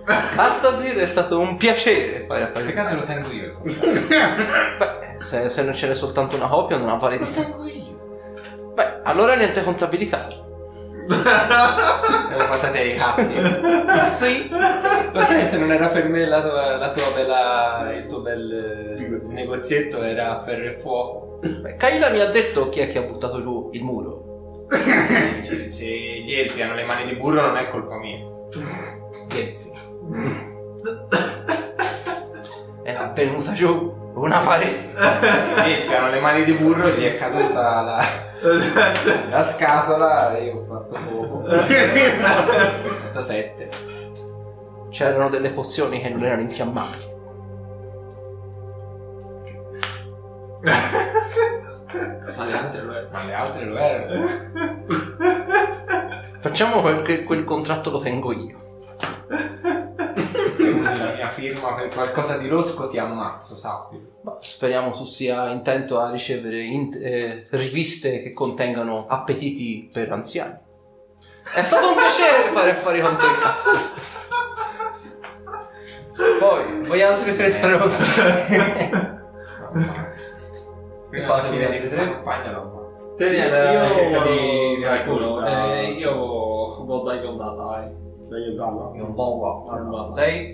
Astasir, è stato un piacere fare affari. Peccato lo tengo io. Beh, se non ce n'è soltanto una copia, non ha validità. Lo tengo io. Beh, allora niente contabilità. Siamo passati ai ricatti. Sì. Lo sai se non era per me la tua bella, il tuo bel negozietto era a ferro e fuoco. Beh, Kaila mi ha detto chi è che ha buttato giù il muro. Se gli elfi hanno le mani di burro non è colpa mia. Gli elfi. È avvenuta giù una parete. Gli elfi hanno le mani di burro e gli è caduta la scatola e io ho fatto poco. Ho fatto 7. C'erano delle pozioni che non erano infiammabili. Ma le altre lo erano. Facciamo quel contratto lo tengo io. Se usi la mia firma per qualcosa di losco ti ammazzo, sappilo. Ma speriamo tu sia intento a ricevere riviste che contengano appetiti per anziani. È stato un piacere fare affari con te. Poi, voi altri 3 stronzi. Ammazzo. Mi Alla fa fine di questa vedere. campagna lo ammazzo. Te vieni alla ricerca Io- di qualcuno. Io- Io vado da Yondata, Dai, aiutarla. Io voglio. Lei?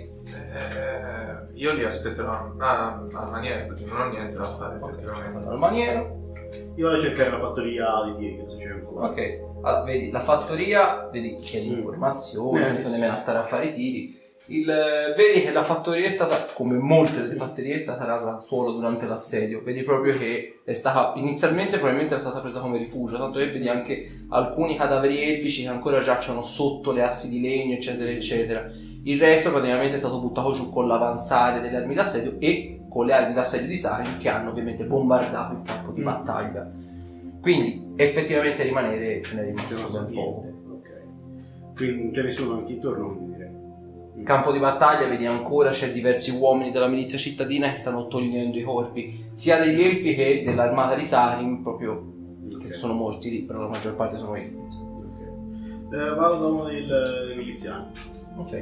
Io li aspetterò a maniera perché non ho niente da fare effettivamente. Al maniero. Io vado a cercare la fattoria di Diego, se c'è ancora. Ok. Allora, vedi, la fattoria, vedi, chiedi informazioni, non Sì, so sì. nemmeno a stare a fare i tiri. Vedi che la fattoria è stata, come molte delle fattorie, è stata rasa al suolo durante l'assedio. Vedi proprio che è stata, inizialmente probabilmente è stata presa come rifugio, tanto che vedi anche alcuni cadaveri elfici che ancora giacciono sotto le assi di legno, eccetera, eccetera. Il resto praticamente è stato buttato giù con l'avanzare delle armi d'assedio e con le armi d'assedio di Sarin che hanno ovviamente bombardato il campo di battaglia. Quindi effettivamente rimanere ce n'è rimasto ben poco. Ok. Quindi ce ne sono anche intorno, quindi direi. Il campo di battaglia vedi ancora c'è diversi uomini della milizia cittadina che stanno togliendo i corpi sia degli elfi che dell'armata di Sarin, proprio che sono morti lì, però la maggior parte sono elfi. Ok. Vado da uno dei miliziani. Ok.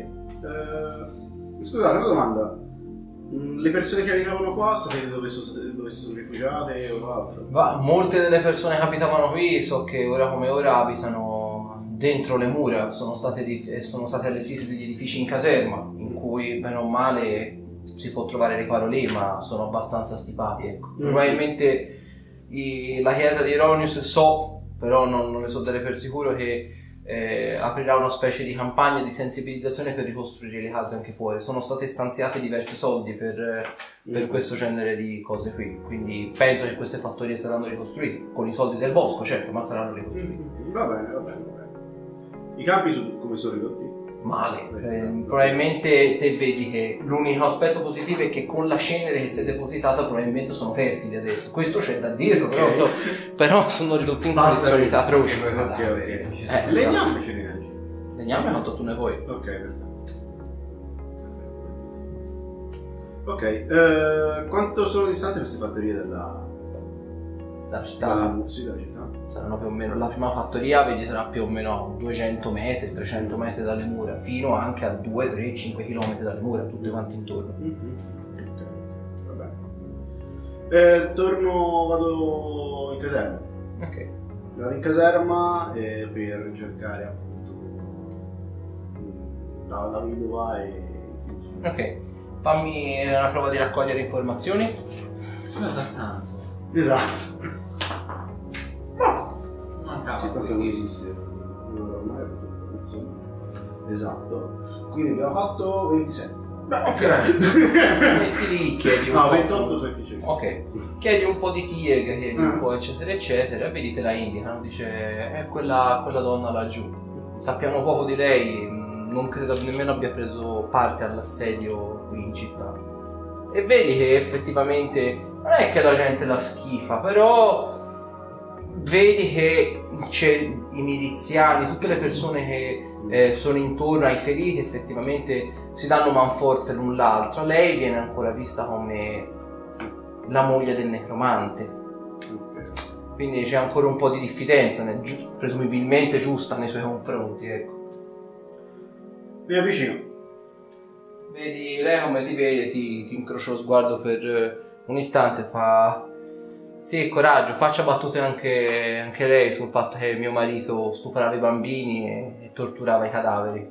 Scusate, una domanda. Le persone che abitavano qua, sapete dove si sono rifugiate o altro? Molte delle persone che abitavano qui so che ora come ora abitano dentro le mura, sono state allestiti degli edifici in caserma in cui bene o male si può trovare riparo lì, ma sono abbastanza stipati, ecco. Probabilmente la chiesa di Eronius però non ne so dare per sicuro che aprirà una specie di campagna di sensibilizzazione per ricostruire le case anche fuori. Sono stati stanziati diversi soldi per questo genere di cose qui, quindi penso che queste fattorie saranno ricostruite con i soldi del bosco, certo, ma saranno ricostruite. Va bene, va bene, va bene. I campi come sono ridotti? Male. Probabilmente te vedi che l'unico aspetto positivo è che con la cenere che si è depositata probabilmente sono fertili adesso. Questo c'è da dirlo, però sono ridotti in condizioni atroci. Ok. Legname ce ne hai? Legname quanto tu ne vuoi. Ok, perfetto. Ok, quanto sono distanti queste fattorie dalla città? Sì, dalla città. Saranno più o meno, la prima fattoria vedi sarà più o meno a 200 metri, 300 metri dalle mura, fino anche a 2, 3, 5 km dalle mura, tutte quante intorno. Ok, va bene. Vado in caserma. Ok. Vado in caserma per cercare appunto la vedova e... Ok, fammi una prova di raccogliere informazioni. Tanto. Esatto. Mancava Tanto non esiste. Ormai ho fatto informazioni. Esatto. Quindi abbiamo fatto 27. Beh, ok. Metti lì, chiedi un No, po'. 28 25. Ok, chiedi un po' di Tieg, chiedi un po' eccetera eccetera, e vedi te la indicano, dice è quella donna laggiù. Sappiamo poco di lei, non credo nemmeno abbia preso parte all'assedio qui in città. E vedi che effettivamente non è che la gente la schifa, però vedi che c'è i miliziani, tutte le persone che sono intorno ai feriti effettivamente si danno manforte l'un l'altra. Lei viene ancora vista come la moglie del necromante, quindi c'è ancora un po' di diffidenza, presumibilmente giusta nei suoi confronti, ecco. Mi avvicino. Vedi, lei come ti vede, ti incrocia lo sguardo per un istante, fa... Sì, coraggio, faccia battute anche lei sul fatto che mio marito stuprava i bambini e torturava i cadaveri.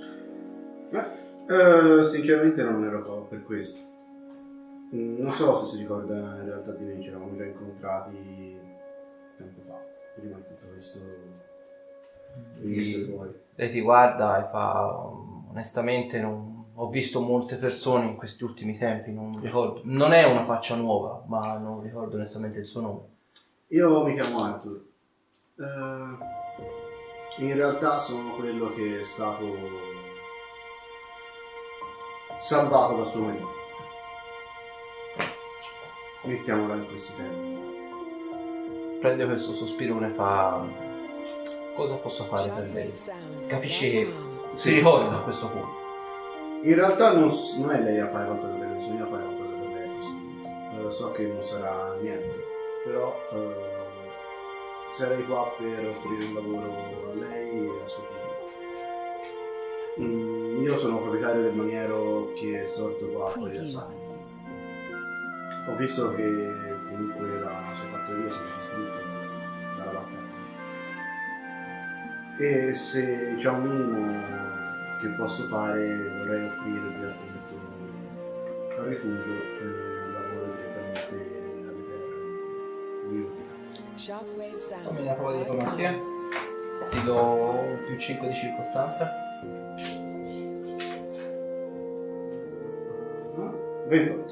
Sinceramente non ero qua per questo. Non so se si ricorda in realtà di me, ci eravamo già incontrati tempo fa, prima di tutto questo venisse fuori. Lei ti guarda e fa, onestamente ho visto molte persone in questi ultimi tempi, non ricordo, non è una faccia nuova, ma non ricordo onestamente il suo nome. Io mi chiamo Arthur. In realtà sono quello che è stato salvato da suo marito. Mettiamola in questi termini. Prende questo sospirone e fa... Cosa posso fare per lei? Capisci che si ricorda a questo punto. In realtà non è lei a fare qualcosa per me, sono io a fare qualcosa per lei a questo punto. So che non sarà niente, però sarei qua per offrire un lavoro a lei e a suo figlio. Io sono proprietario del maniero che è sorto qua fuori da Sani. Ho visto che comunque la sua fattoria si è distrutta dalla battaglia. E se c'è un minimo che posso fare, vorrei offrirvi appunto al rifugio un lavoro direttamente alle terre. Fammi una prova di diplomazia. Ti do un più 5 di circostanza. 28.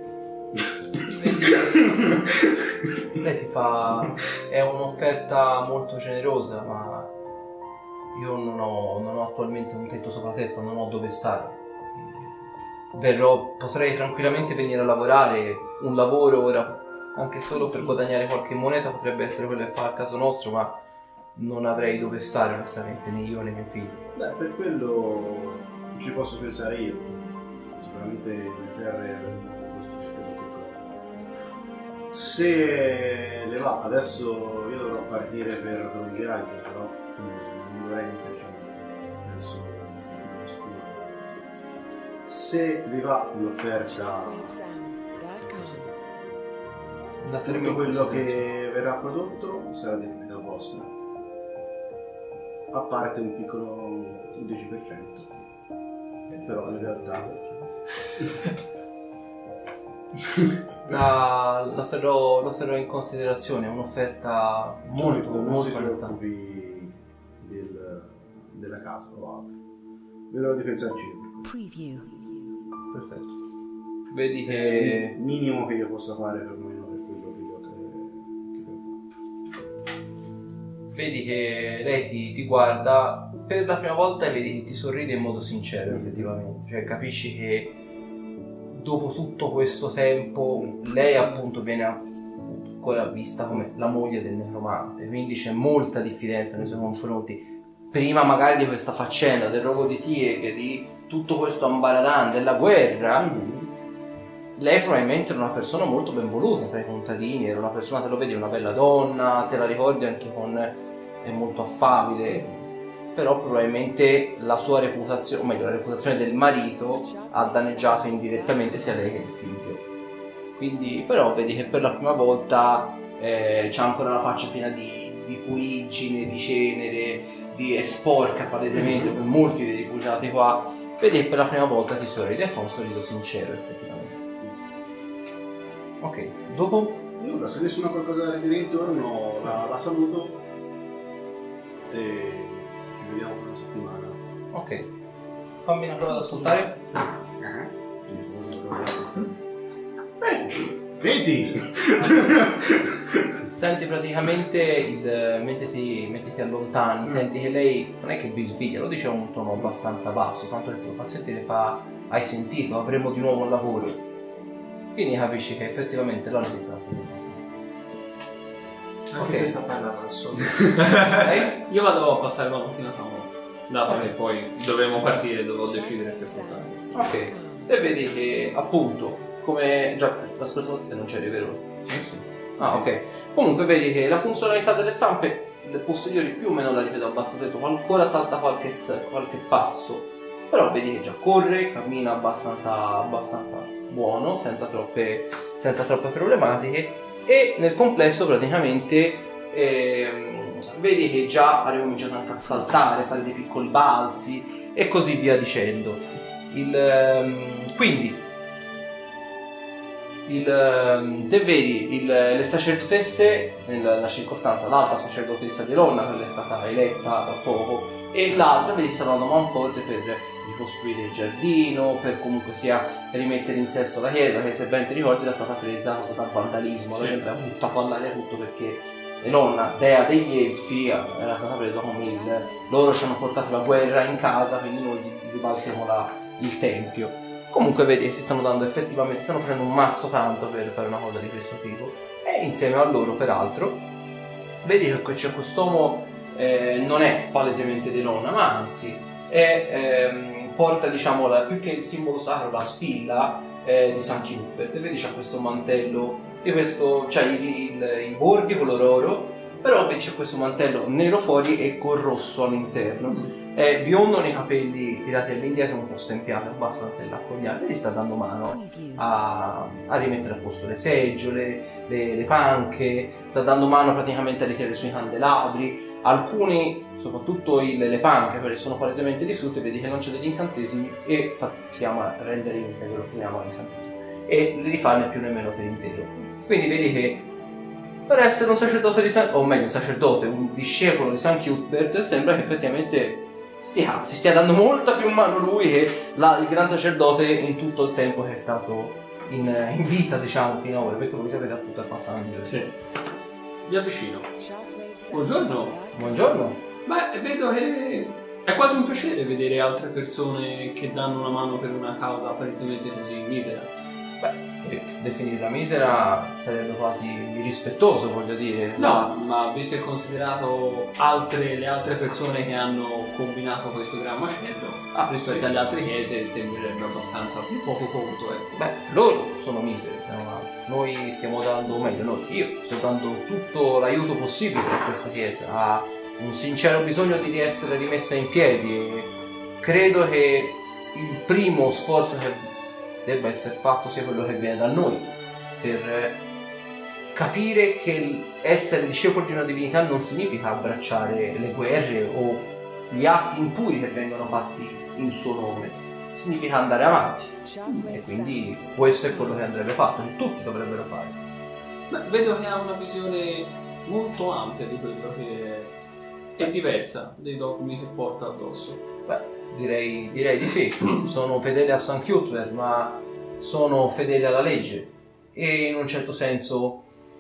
Lei ti fa... È un'offerta molto generosa, ma io non ho attualmente un tetto sopra la testa, non ho dove stare. Potrei tranquillamente venire a lavorare, un lavoro ora, anche solo per guadagnare qualche moneta, potrebbe essere quello che fa al caso nostro, ma non avrei dove stare onestamente, né io né mio figlio. Beh, per quello ci posso pensare io. Sicuramente le terre posso cercare qualche cosa. Se le va, adesso io dovrò partire per un viaggio, però non dovrei metterci penso una settimana. Se vi va l'offerta, tutto quello che verrà prodotto sarà di proprietà vostra, a parte un piccolo 10%, però in realtà lo terrò in considerazione, è un'offerta molto non si importante. preoccupi della casa o altro, vedrò di pensarci. Perfetto. Vedi È che il minimo che io possa fare per me, per quello che io ho fatto. Vedi che lei ti guarda per la prima volta e vedi che ti sorride in modo sincero effettivamente, cioè capisci che dopo tutto questo tempo lei appunto viene ancora vista come la moglie del necromante, quindi c'è molta diffidenza nei suoi confronti. Prima magari di questa faccenda del rogo di Tieghe, di tutto questo ambaradan della guerra, lei probabilmente era una persona molto ben voluta tra i contadini, era una persona, te lo vedi, una bella donna, te la ricordi anche è molto affabile, però probabilmente la sua reputazione, o meglio la reputazione del marito ha danneggiato indirettamente sia lei che il figlio. Quindi però vedi che per la prima volta c'ha ancora la faccia piena di fuliggine, di cenere, è sporca palesemente per molti dei rifugiati qua. Vedi che per la prima volta ti sorride e fa un sorriso sincero effettivamente. Ok, dopo? Allora, se nessuno ha qualcosa da dire intorno, la saluto e ci vediamo fra una settimana. Ok, fammi una prova ad ascoltare. 20! Senti praticamente, mentre ti allontani, senti che lei non è che bisbiglia, lo dice a un tono abbastanza basso, tanto che te lo fa sentire, hai sentito, avremo di nuovo un lavoro. Quindi capisci che effettivamente la notizia è abbastanza. Anche se sta parlando al solo. Ok? Io vado a passare la mattinata a morte, dato che poi dovremo partire, dovrò decidere se portare. Ok, e vedi che appunto, come già la scorsa volta non c'eri, vero? Sì. Ah, ok. Comunque vedi che la funzionalità delle zampe, le posteriori più o meno la ripeto abbastanza, ancora salta qualche passo, però vedi che già corre, cammina abbastanza buono, senza troppe problematiche, e nel complesso praticamente vedi che già ha ricominciato anche a saltare, a fare dei piccoli balzi e così via dicendo. Quindi te vedi le sacerdotesse, nella circostanza l'altra sacerdotessa di Elonna, quella è stata eletta da poco, e l'altra vedi sta andando a manforte per ricostruire il giardino, per comunque sia rimettere in sesto la chiesa, che se ben ti ricordi era stata presa dal vandalismo, la gente ha buttato all'aria tutto perché Elonna, dea degli elfi, era stata presa come loro ci hanno portato la guerra in casa, quindi noi gli ribaltiamo il tempio. Comunque vedi che si stanno facendo un mazzo tanto per fare una cosa di questo tipo, e insieme a loro peraltro vedi che c'è quest'uomo, non è palesemente di Elonna, ma anzi porta, diciamo, più che il simbolo sacro, la spilla di San Cuthbert, e vedi c'ha questo mantello, c'ha i bordi color oro, però vedi c'è questo mantello nero fuori e con rosso all'interno. È biondo, nei capelli tirati all'indietro, un po' stempiati, abbastanza illaccogliati, e gli sta dando mano a rimettere a posto le seggiole, le panche, sta dando mano praticamente a ritirare sui candelabri. Alcuni, soprattutto le panche, quelle sono palesemente distrutte, vedi che non c'è degli incantesimi, e si chiama rendere integro, e li rifà né più nemmeno per intero. Quindi vedi che per essere un sacerdote un discepolo di San Cuthbert, sembra che effettivamente stia dando molta più mano lui che il gran sacerdote in tutto il tempo che è stato in vita, diciamo, fino a ora, perché voi sapete a tutto il passaggio. Sì. Mi avvicino. Buongiorno. Buongiorno. Beh, vedo che è quasi un piacere vedere altre persone che danno una mano per una causa apparentemente così misera. Beh, definirla misera sarebbe quasi irrispettoso, voglio dire. No, ma visto e considerato le altre persone che hanno combinato questo gran macello, rispetto alle altre chiese sembrerebbe abbastanza poco conto, ecco. Beh, loro sono miseri, noi stiamo dando, io sto dando tutto l'aiuto possibile per questa chiesa, ha un sincero bisogno di essere rimessa in piedi, e credo che il primo sforzo che debba essere fatto sia quello che viene da noi, per capire che essere discepoli di una divinità non significa abbracciare le guerre o gli atti impuri che vengono fatti in suo nome, significa andare avanti, e quindi questo è quello che andrebbe fatto, che tutti dovrebbero fare. Beh, vedo che ha una visione molto ampia di quello che è diversa dei dogmi che porta addosso. Beh, direi di sì. Sono fedele a San Cuthbert, ma sono fedele alla legge, e in un certo senso,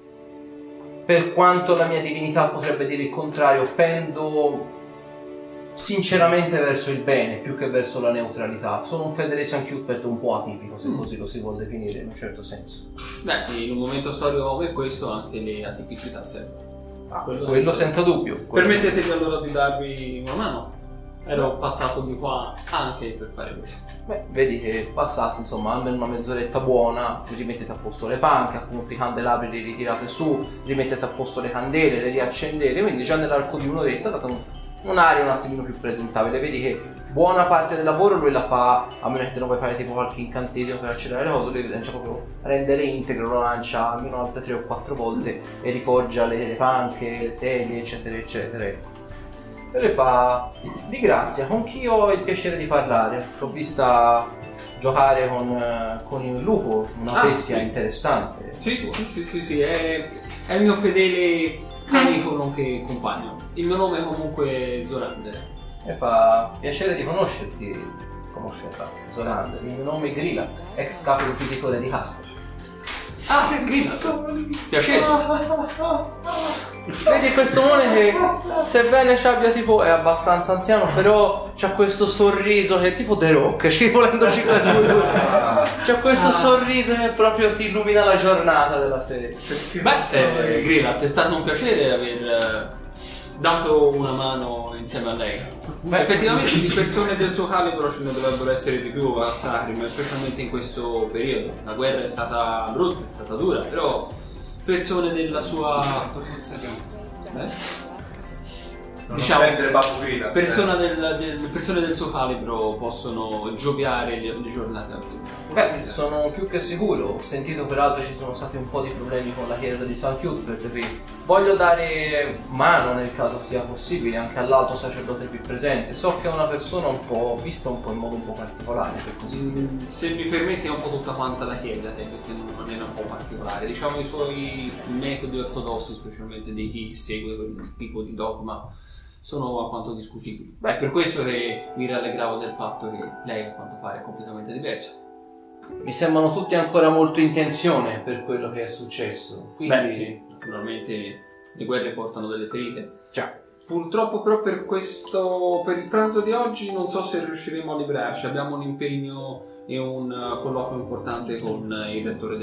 per quanto la mia divinità potrebbe dire il contrario, pendo sinceramente verso il bene più che verso la neutralità. Sono un fedele di San Cuthbert un po' atipico, se così lo si vuol definire, in un certo senso. Beh, in un momento storico come questo anche le atipicità servono. Quello senza dubbio. Permettetemi allora di darvi una mano. Ero passato di qua anche per fare questo. Beh, vedi che passate, insomma, almeno una mezz'oretta buona, rimettete a posto le panche, appunto i candelabri li ritirate su, rimettete a posto le candele, le riaccendete, quindi già nell'arco di un'oretta date un'aria un attimino più presentabile. Vedi che buona parte del lavoro lui la fa, a meno che te non vuoi fare tipo qualche incantesimo per accelerare le cose, lui lancia proprio rendere integro, lo lancia almeno altre 3 o 4 volte e riforgia le panche, le sedie, eccetera eccetera. E le fa: di grazia, con chi ho il piacere di parlare? L'ho vista giocare con il lupo, una bestia interessante. Sì, è il mio fedele amico nonché compagno. Il mio nome è comunque Zorander. E fa piacere di conoscerla, Zorander. Il mio nome è Grilla, ex capo inquisitore di Caster. Ah, Grilla, piacere. Vedi questo uomo che, sebbene ci abbia tipo, è abbastanza anziano, però c'ha questo sorriso che è tipo The Rock, volendoci per lui. C'ha questo sorriso che proprio ti illumina la giornata della serie. Beh, Grilla, è stato un piacere aver dato una mano insieme a lei. Beh, effettivamente di persone del suo calibro ce ne dovrebbero essere di più a Sacrim, specialmente in questo periodo. La guerra è stata brutta, è stata dura, però persone della sua diciamo, offendere Babbo Grilla. persone del suo calibro possono gioviare le giornate altrui. Beh, sono più che sicuro. Ho sentito peraltro ci sono stati un po' di problemi con la chiesa di San Cuthbert, quindi voglio dare mano nel caso sia possibile anche all'alto sacerdote qui presente. So che è una persona un po' vista un po' in modo un po' particolare, per così. Se mi permetti, è un po' tutta quanta la chiesa che questa è una maniera un po' particolare. Diciamo i suoi metodi ortodossi, specialmente di chi segue quel tipo di dogma, sono alquanto discutibili. Beh, è per questo che mi rallegravo del fatto che lei a quanto pare è completamente diversa. Mi sembrano tutti ancora molto in tensione per quello che è successo. Quindi... Beh, sì, naturalmente le guerre portano delle ferite. Già. Purtroppo però per il pranzo di oggi non so se riusciremo a liberarci. Abbiamo un impegno e un colloquio importante con il rettore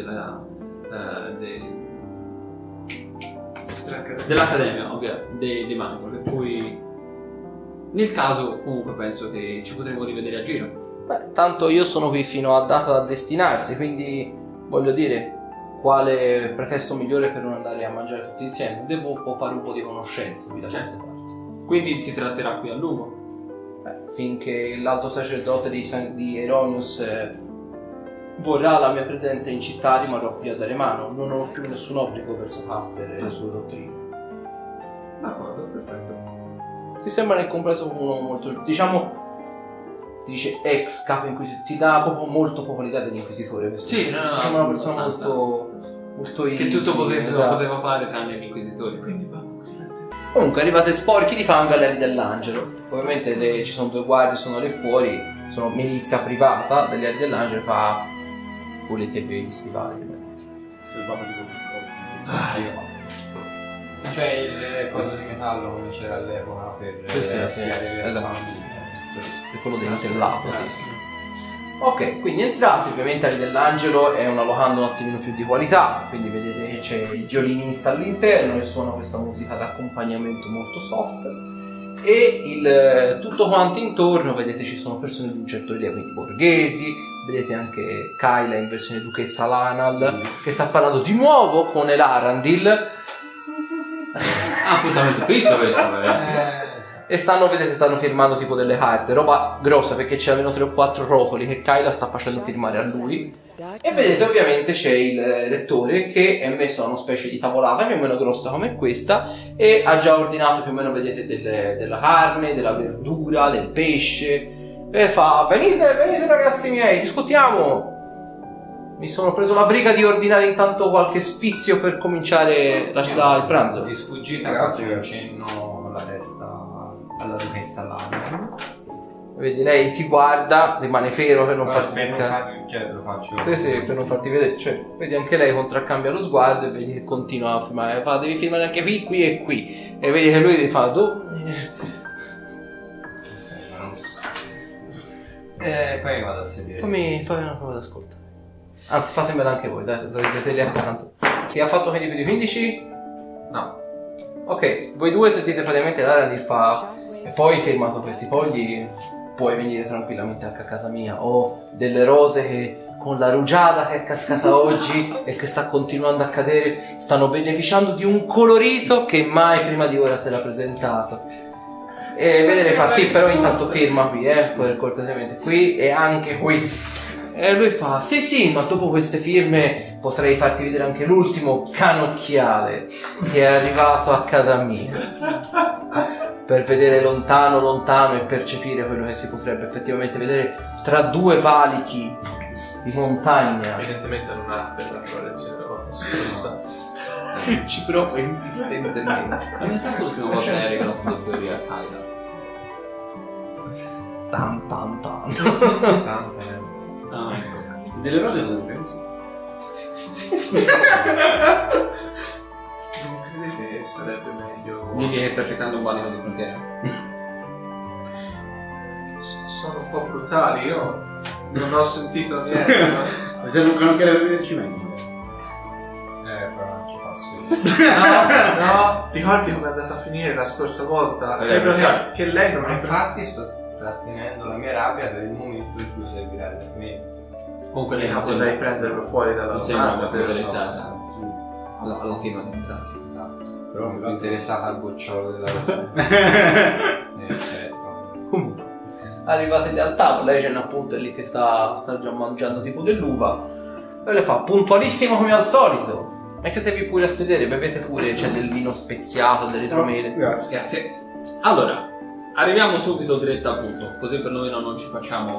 dell'Accademia, ovvio, di Manipur, per cui nel caso comunque penso che ci potremo rivedere a giro. Beh, tanto io sono qui fino a data da destinarsi, quindi voglio dire, quale pretesto migliore per non andare a mangiare tutti insieme? Devo fare un po' di conoscenze qui da queste parti. Quindi si tratterà qui a lungo? Beh, finché l'alto sacerdote di Eronius vorrà la mia presenza in città, rimarrò qui a dare mano. Non ho più nessun obbligo verso Caster e le sue dottrine. D'accordo, perfetto. Ti sembra nel complesso uno molto, diciamo, ti dice ex capo inquisitore, ti dà proprio molto poco l'idea dell'inquisitore. Sì, no, sembra una persona molto che tutto poteva fare tranne l'inquisitore. Quindi comunque arrivate sporchi di fango alle ali dell'angelo. Ovviamente ci sono due guardie, sono lì fuori, sono milizia privata delle ali dell'angelo, fa pulite gli stivali. Il babbo di C'è il coso di metallo come c'era all'epoca per esatto. Per quello dell'intellato. Ok, quindi entrate, ovviamente Ali dell'Angelo è una locanda un attimino più di qualità, quindi vedete che c'è il violinista all'interno e suona questa musica d'accompagnamento molto soft e tutto quanto intorno vedete ci sono persone di un certo livello, quindi borghesi, vedete anche Kyla in versione duchessa Lanal che sta parlando di nuovo con Elarandil. Appuntamento fisso questo, e stanno firmando tipo delle carte, roba grossa perché c'è almeno 3 o 4 rotoli che Kyla sta facendo firmare a lui. E vedete ovviamente c'è il rettore che è messo a una specie di tavolata più o meno grossa come questa e ha già ordinato più o meno, vedete, della carne, della verdura, del pesce e fa venite ragazzi miei, discutiamo. Mi sono preso la briga di ordinare intanto qualche sfizio per cominciare il pranzo. Di sfuggita ragazzi che accenno con la testa alla duchessa Lana. Vedi, lei ti guarda, rimane fermo per non farsi beccare. Cioè, lo faccio. Sì, per non farti vedere. Cioè, vedi anche lei contraccambia lo sguardo e vedi che continua a filmare. Fa, devi filmare anche qui e qui. E vedi che lui ti fa, poi vado a sedere. fammi una prova d'ascolto. Anzi, fatemela anche voi, dai, siete lì accanto. Chi ha fatto più di 15? No. Ok, voi due sentite praticamente Lara fa. E poi firmato questi fogli puoi venire tranquillamente anche a casa mia. Ho delle rose che con la rugiada che è cascata oggi e che sta continuando a cadere stanno beneficiando di un colorito che mai prima di ora si era presentato. E vedete fa sì, però intanto firma qui, cortesemente qui e anche qui. E lui fa sì, ma dopo queste firme potrei farti vedere anche l'ultimo canocchiale che è arrivato a casa mia per vedere lontano e percepire quello che si potrebbe effettivamente vedere tra due valichi di montagna. Evidentemente non ha afferrato la lezione da quando Ci provo insistentemente. Non è stato l'ultima volta che hai regalato la teoria a Kyla? Tan. Ah, ecco. Delle rose cosa ne pensi? Non credi che sarebbe meglio... Digli che sta cercando un valico di frontiera. Sono un po' brutali, io non ho sentito niente. Mi serve un canocchiale per vederci meglio. Però non ci passo io. No, ricordi come è andata a finire la scorsa volta? Credo che lei non Ma è... infatti sto trattenendo la mia rabbia per il momento in cui servirà per me. Comunque lei Io non vorrei prenderlo fuori dalla non sembra domanda molto per interessata alla fine di entrare. Però più interessata al gocciolo della Comunque, arrivate al tavolo, lei c'è appunto lì che sta già mangiando tipo dell'uva. E le fa puntualissimo come al solito. Mettetevi pure a sedere, bevete pure, c'è del vino speziato, dell'idromele. Grazie. Grazie. Allora, arriviamo subito diretto al punto, così perlomeno non ci facciamo...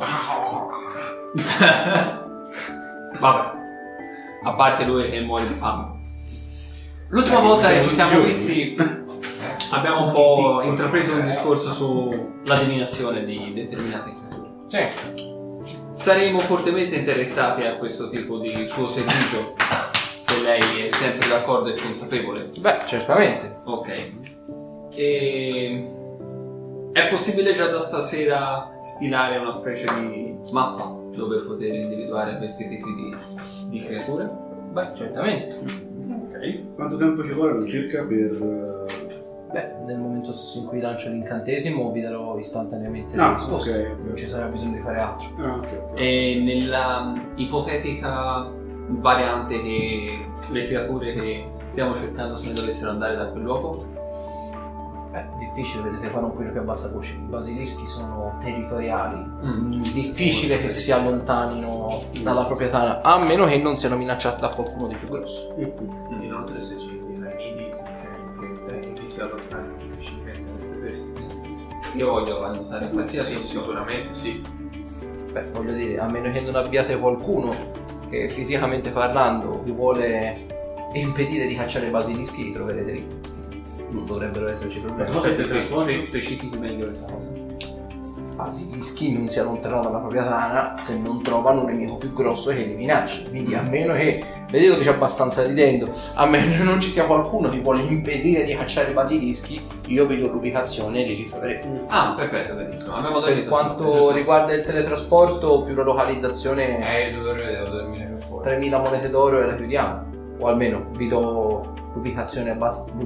Vabbè, a parte lui che muore di fame. L'ultima volta che ci siamo visti abbiamo un po' intrapreso un discorso sulla divinazione di determinate creature. Sì. Saremo fortemente interessati a questo tipo di suo servizio, se lei è sempre d'accordo e consapevole. Beh, certamente. Ok. E... è possibile già da stasera stilare una specie di mappa dove poter individuare questi tipi di creature? Beh, certamente. Ok. Quanto tempo ci vuole circa per... Beh, nel momento stesso in cui lancio l'incantesimo vi darò istantaneamente No, la risposta. ok. Non ci sarà bisogno di fare altro. ok. E nella ipotetica variante che le creature che stiamo cercando se ne dovessero andare da quel luogo? Beh, difficile, vedete qua un po' più a bassa voce. I basilischi sono territoriali. Difficile che si allontanino dalla proprietà, a meno che non siano minacciati da qualcuno di più grosso. Inoltre se ci sono i nidi che si allontanano difficilmente queste bestie. Io voglio valutare qualsiasi Sì, opzione. sicuramente sì. Beh, voglio dire, a meno che non abbiate qualcuno che fisicamente parlando vi vuole impedire di cacciare i basilischi, li troverete lì. Non dovrebbero esserci problemi. Specifichi meglio questa cosa. Basilischi non si allontanano dalla propria tana se non trovano un nemico più grosso che li minaccia. Quindi a meno che, vedete che c'è abbastanza ridendo, a meno che non ci sia qualcuno che vuole impedire di cacciare i basilischi, io vi do l'ubicazione e li ritroverete. Ah, perfetto, benissimo. Per quanto riguarda il teletrasporto, più la localizzazione, io devo dormire per forza. 3.000 monete d'oro e la chiudiamo. O almeno vi do l'ubicazione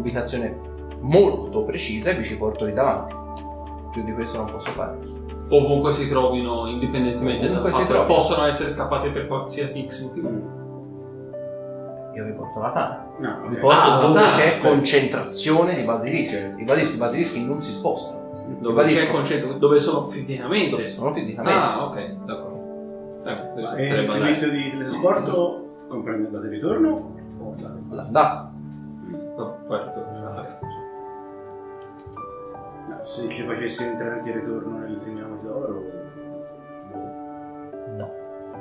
molto precisa e vi ci porto lì davanti. Più di questo non posso fare. Ovunque si trovino, indipendentemente Ovunque dal si fatto, trovino. possono essere scappati per qualsiasi X motivo. Io vi porto la tana. No, Vi ok. porto dove tana, c'è aspetta. concentrazione di basilischi. I basilischi non si spostano. Dove c'è il Basilisco. concetto, dove sono fisicamente. Dove sono fisicamente. Ah, ok, d'accordo. Questo E il potrebbe andare. servizio di teletrasporto comprende andata e ritorno? O andata? L'andata. Poi adesso facciamo andare. No, se ci facessi entrare anche il ritorno nel 3.000 monete d'oro... No.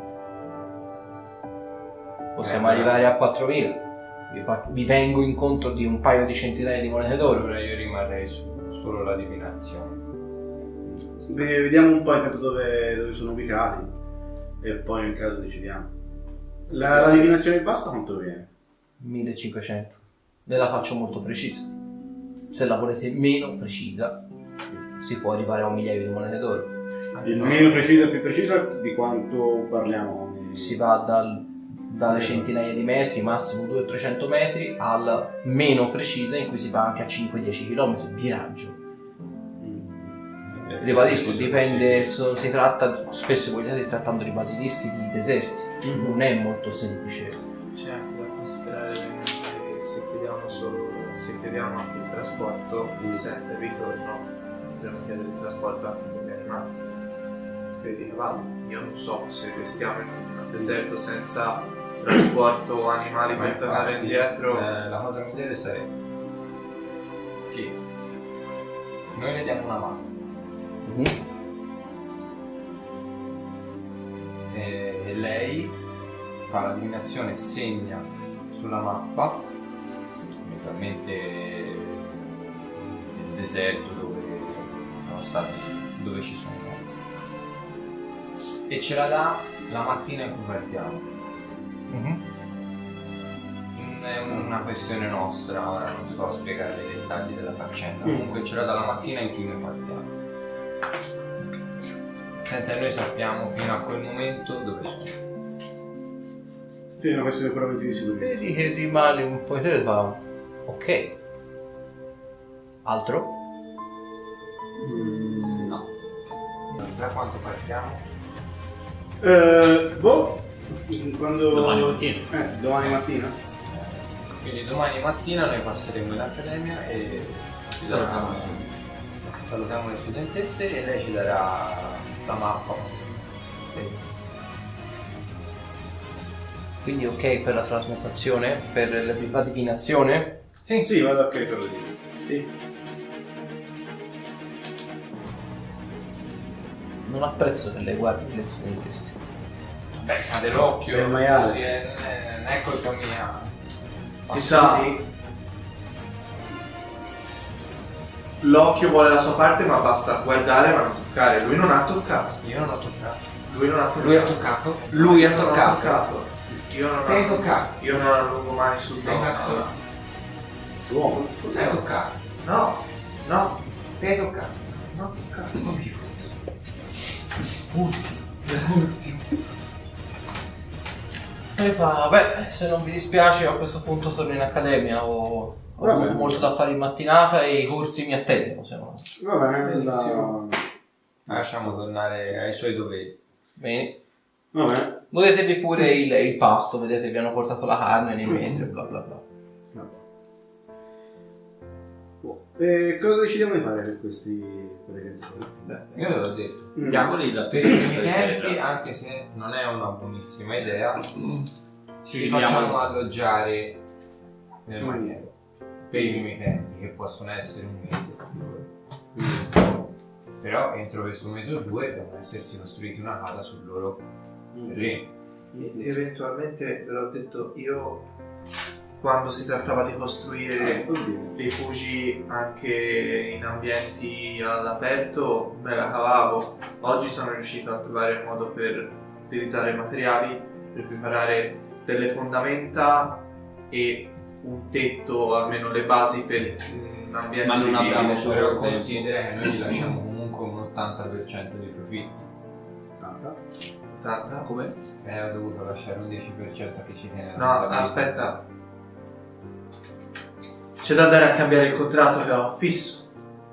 Possiamo arrivare a 4.000. Vi vengo incontro di un paio di centinaia di monete d'oro. Allora io rimarrei solo la divinazione. Vediamo un po' intanto dove sono ubicati e poi nel caso decidiamo. La divinazione basta quanto viene? 1500. Ve la faccio molto precisa. Se la volete meno precisa, si può arrivare a 1.000.000 di monete d'oro. Il meno precisa e più precisa di quanto parliamo? Si va dalle centinaia di metri, massimo 200 o 300 metri, al meno precisa in cui si va anche a 5-10 km di raggio. Ribadisco, dipende, si tratta, spesso voi state trattando di basilischi di deserti, non è molto semplice. C'è anche da considerare che se chiediamo anche il trasporto senza il ritorno, dobbiamo chiedere il trasporto anche per gli animali, per i cavalli. Io non so se restiamo in un deserto senza trasporto animali Ma per tornare infatti, indietro. la cosa migliore sarebbe che noi le diamo una mano e lei fa la divinazione, segna sulla mappa eventualmente il deserto dove sono stati, dove ci sono, e ce la dà la mattina in cui partiamo. Non è una questione nostra, ora non sto a spiegare i dettagli della faccenda, comunque ce la dà la mattina in cui noi partiamo, senza che noi sappiamo fino a quel momento dove sono. Sì, è una questione puramente di sicurezza. Vedi che rimane un po' di fa. Ok. Altro? No. Da quanto partiamo? Quando... Domani mattina. Domani mattina? Quindi domani mattina noi passeremo in accademia e ci salutiamo le studentesse e lei ci darà la mappa. Quindi ok per la trasmutazione, per la divinazione? Sì, vado ok per le dimensioni. Sì. Non apprezzo che lei guardi le studentesse. Beh, cade l'occhio, Sei un maiale. così non è colpa mia. Si sa, l'occhio vuole la sua parte, ma basta guardare ma non toccare. Lui non ha toccato. Io non ho toccato. Lui non ha toccato. Lui ha toccato? Lui ha Non ho toccato. Io non Te hai ho toccato? Io non allungo mani sul Te hai dono. cazzo? L'uomo. Te hai toccato? No, no, Te hai toccato? no, toccato. Non ti fosse. E fa, beh, se non vi dispiace a questo punto torno in accademia, ho avuto molto da fare in mattinata e i corsi mi attendono, se no. Va bene, Bellissimo. Lasciamo tornare ai suoi doveri. Bene. Va bene. Godetevi pure il pasto, vedete, vi hanno portato la carne nei metri, bla bla bla. E cosa decidiamo di fare per questi Io te l'ho detto. Diamoli la Per i primi tempi, anche se non è una buonissima idea, ci facciamo alloggiare nel maniero. Per i primi tempi, che possono essere un mese. Però entro questo mese o due devono essersi costruiti una casa sul loro terreno. Eventualmente, ve l'ho detto io, quando si trattava di costruire rifugi anche in ambienti all'aperto, me la cavavo. Oggi sono riuscito a trovare il modo per utilizzare materiali, per preparare delle fondamenta e un tetto, almeno le basi per un ambiente Ma non civile. abbiamo solo Però tempo. considera che noi gli lasciamo comunque un 80% di profitto. 80? Come? Ho dovuto lasciare un 10% a chi ci tiene. No, aspetta. C'è da andare a cambiare il contratto che ho fisso.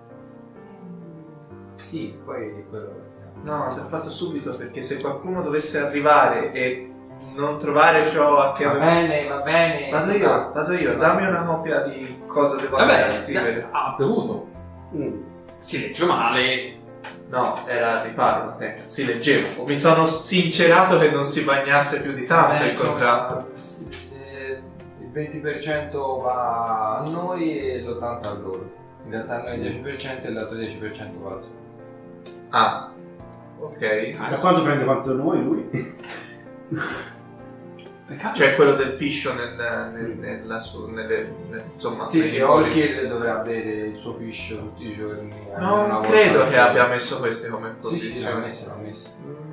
Sì, poi quello. No, l'ho fatto subito perché se qualcuno dovesse arrivare e non trovare ciò a che Va avevo... bene, va bene. Vado io, dammi una copia di cosa devo andare a scrivere. Ha bevuto. Si legge male. No, era al riparo la tecnica, si leggevo. Mi sono sincerato che non si bagnasse più di tanto il contratto. Il 20% va a noi e l'80% a loro. In realtà noi il 10% e l'altro 10% va a loro. Ah, ok. Da quanto prende quanto da noi lui? Cioè quello del piscio insomma, Sì, nei che liquori. Olkier dovrà bere il suo piscio tutti i giorni. una Non volta credo al che giorno. abbia messo queste come Sì, sì, l'ha condizioni. messo, l'ha messo.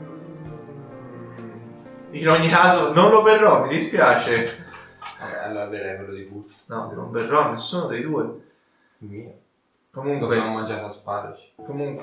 In ogni caso non lo berrò, mi dispiace. Vabbè, allora berrei quello di Put. No, non berrò nessuno dei due. Mio. Comunque, Dobbiamo mangiare a sparaci.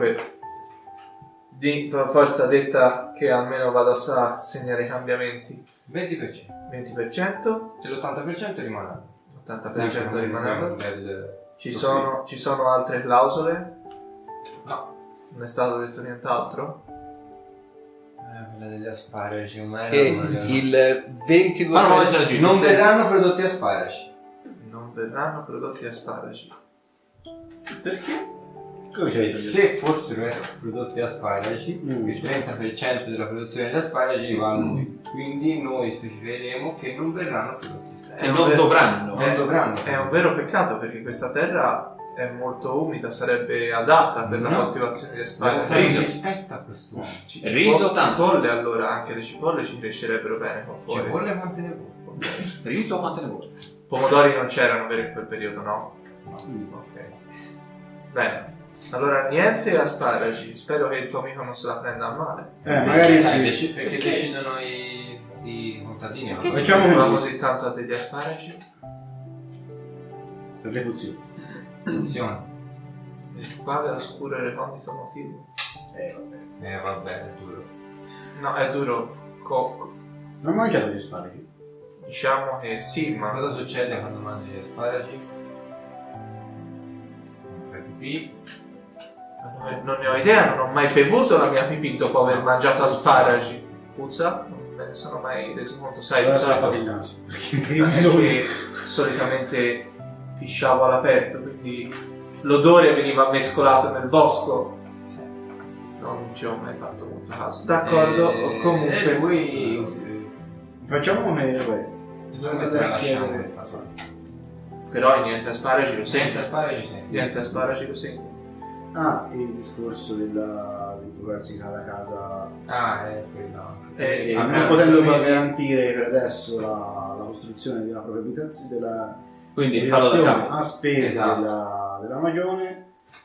di forza detta che almeno vado a segnare i cambiamenti. 20%. 20%, E l'80% rimane. 80% rimanendo. Del... Ci sono altre clausole? No. Non è stato detto nient'altro? Quella degli asparaci, ma Che il 22%... Ma non essere giusto. non verranno prodotti asparaci. Non verranno prodotti asparaci. Perché? Come c'è E se fossero prodotti asparaci, Mm. il 30% della produzione di asparaci va a lui. Quindi noi specificheremo che non verranno prodotti asparaci. E non dovranno. Non dovranno. È un vero peccato perché questa terra è molto umida, sarebbe adatta per la No. coltivazione di Devo asparaci. fare Riso. rispetto a quest'uomo. Riso tanto. Cipolle allora, anche le cipolle ci crescerebbero bene qua fuori. Cipolle quante ne vuoi? Riso quante ne vuoi? Pomodori non c'erano per in quel periodo, no? Ok. Bene. Allora niente asparagi. Spero che il tuo amico non se la prenda a male. magari Sai, sì. perché decidono i contadini. Perché no? ci Facciamo teneva così. così tanto a degli asparagi? Per l'esecuzione. Attenzione. Quale oscuro e recondito motivo? Vabbè. Vabbè, è duro. No, è duro. Non ho mangiato gli sparaci? Diciamo che sì, ma Cosa succede quando mangi gli asparaci? Fai pipì. non ne ho idea, non ho mai bevuto la mia pipì dopo aver mangiato asparagi. Puzza? Non me me ne sono mai reso conto. Sai, Allora di sei solito fatto il naso. che solitamente pisciavo all'aperto, quindi l'odore veniva mescolato nel bosco. Non ci ho mai fatto molto caso. D'accordo, comunque lui Facciamo che secondo me te la lasciamo questa cosa. però niente a sparaci lo Senti, sento. spara ci senti. Niente a sparaci lo sento. Ah, il discorso di trovarsi alla casa È quello. non potendo poi garantire per adesso la costruzione di una propria abitazione Quindi fallo da abitazione capo. a spese Esatto. della Magione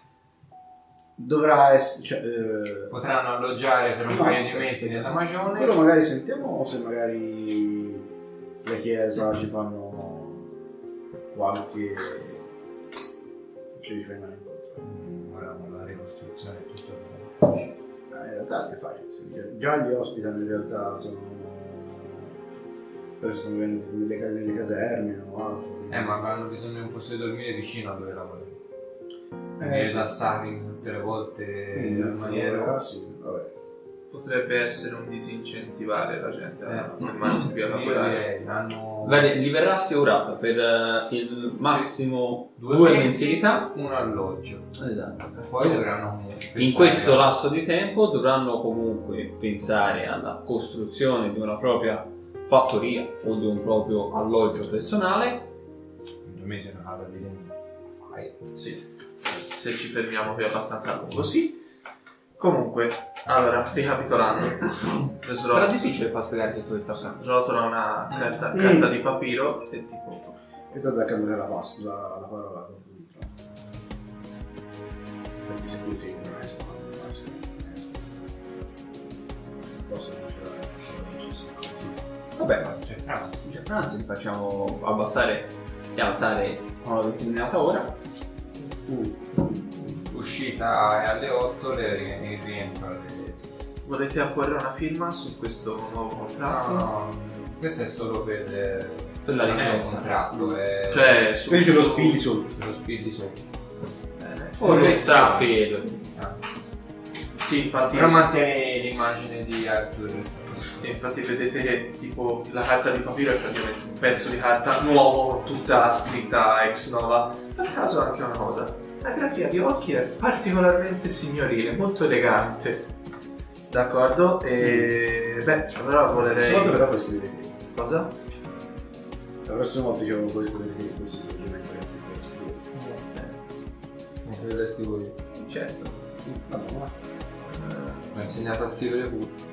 dovrà essere Potranno alloggiare per un No, paio di aspetta. mesi nella Magione. quello magari sentiamo se magari la chiesa ci fanno qualche riferimento. Ora con la ricostruzione è tutto In realtà è facile, sì. Già gli ospitano in realtà sono adesso stanno vivendo nelle caserme o altro. ma avranno bisogno di un posto di dormire vicino a dove lavorano. Sì. Rilassarli tutte le volte in maniera. Sì, vabbè. Potrebbe essere un disincentivare la gente a fermarsi qui a lavorare. Bene, li verrà assicurata per il massimo 2 mesi, mensilità. un alloggio. Esatto. Poi dovranno comunque In pensare questo a- lasso di tempo dovranno comunque pensare alla costruzione di una propria fattoria o di un proprio alloggio personale. in 2 mesi una casa di legno. Sì, se ci fermiamo qui abbastanza a lungo, sì. Comunque, allora, ricapitolando, Sarà difficile far spiegare tutto questo cosa. srotola una carta di papiro e tipo... E tanto a cambiare la parola dopo di troppo. Perché se qui sei non è solo posso Vabbè, ma c'è Franz, li facciamo abbassare e alzare a una determinata ora. Uscita è alle 8, il rientro alle 10. Volete apporre una firma su questo nuovo contratto? No, questo è solo per la non è un richiesta. contratto, è Cioè, su... Quindi ce lo spilli sotto. lo spilli sopra. Bene. O resta per Sì, infatti... Però mantiene l'immagine di Arthur. Infatti vedete che tipo la carta di papiro è praticamente un pezzo di carta nuovo, tutta scritta ex nova. Per caso anche una cosa, la grafia di occhi è particolarmente signorile, molto elegante. D'accordo? E beh, allora volerei... Solo però puoi scrivere qui. Cosa? La prossima volta dicevo puoi scrivere qui, questo si chiama Non te lo scrivo io. Certo. Vabbè, ma Mi ha insegnato a scrivere pure.